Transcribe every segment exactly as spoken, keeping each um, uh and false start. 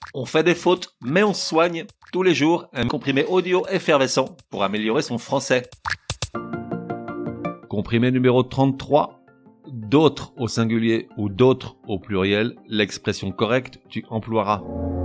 On fait des fautes, mais on soigne tous les jours un comprimé audio effervescent pour améliorer son français. Comprimé numéro trente-trois. D'autres au singulier ou d'autres au pluriel, l'expression correcte tu emploieras.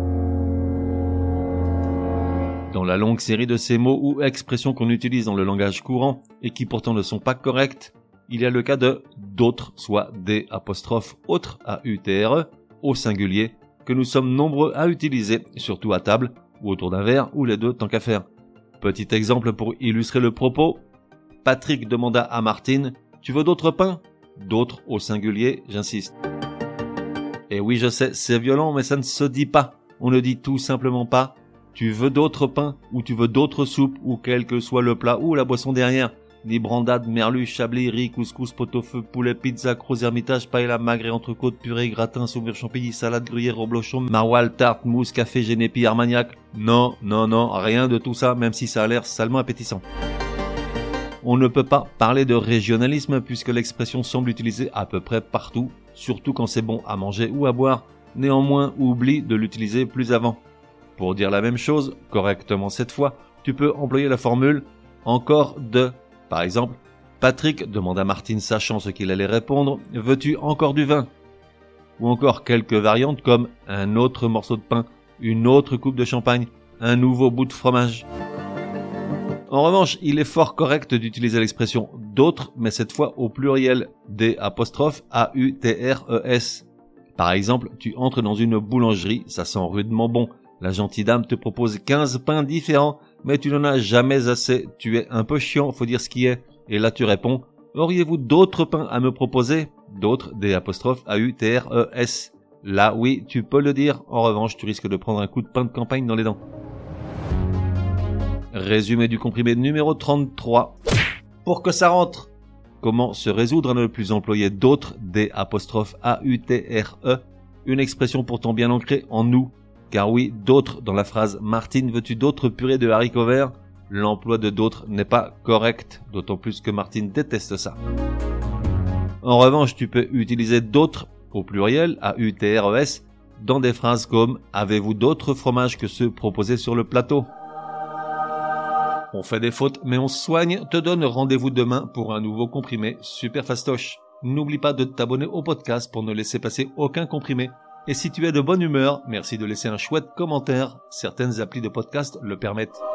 Dans la longue série de ces mots ou expressions qu'on utilise dans le langage courant et qui pourtant ne sont pas correctes, il y a le cas de d'autres, soit des apostrophes autres A U T R E au singulier, que nous sommes nombreux à utiliser, surtout à table ou autour d'un verre ou les deux tant qu'à faire. Petit exemple pour illustrer le propos. Patrick demanda à Martine « Tu veux d'autres pains ?» D'autres au singulier, j'insiste. Et oui, je sais, c'est violent, mais ça ne se dit pas. On ne dit tout simplement pas « Tu veux d'autres pains ?» ou « Tu veux d'autres soupes ?» ou quel que soit le plat ou la boisson derrière. Ni brandade, merlu, chablis, riz, couscous, pot-au-feu, poulet, pizza, gros ermitage, paella, magret, entrecôte, purée, gratin, saumure, chantilly, salade, gruyère, reblochon, maroilles, tarte, mousse, café, génépi, armagnac. Non, non, non, rien de tout ça, même si ça a l'air salement appétissant. On ne peut pas parler de régionalisme puisque l'expression semble utilisée à peu près partout, surtout quand c'est bon à manger ou à boire. Néanmoins, oublie de l'utiliser plus avant. Pour dire la même chose, correctement cette fois, tu peux employer la formule « encore de ». Par exemple, Patrick demande à Martine sachant ce qu'il allait répondre « Veux-tu encore du vin ?» Ou encore quelques variantes comme un autre morceau de pain, une autre coupe de champagne, un nouveau bout de fromage. En revanche, il est fort correct d'utiliser l'expression d'autres, mais cette fois au pluriel, des apostrophes A U T R E S. Par exemple, tu entres dans une boulangerie, ça sent rudement bon. La gentille dame te propose quinze pains différents, mais tu n'en as jamais assez, tu es un peu chiant, faut dire ce qui est. Et là tu réponds, auriez-vous d'autres pains à me proposer? D'autres, des apostrophes A U T R E S. Là oui, tu peux le dire, en revanche tu risques de prendre un coup de pain de campagne dans les dents. Résumé du comprimé numéro trente-trois. Pour que ça rentre. Comment se résoudre à ne plus employer d'autres, des apostrophes A U T R E, une expression pourtant bien ancrée en nous. Car oui, d'autres dans la phrase « Martine, veux-tu d'autres purées de haricots verts ?» L'emploi de d'autres n'est pas correct, d'autant plus que Martine déteste ça. En revanche, tu peux utiliser d'autres, au pluriel, A U T R E S, dans des phrases comme « Avez-vous d'autres fromages que ceux proposés sur le plateau ?» On fait des fautes, mais on se soigne, te donne rendez-vous demain pour un nouveau comprimé super fastoche. N'oublie pas de t'abonner au podcast pour ne laisser passer aucun comprimé. Et si tu es de bonne humeur, merci de laisser un chouette commentaire. Certaines applis de podcast le permettent.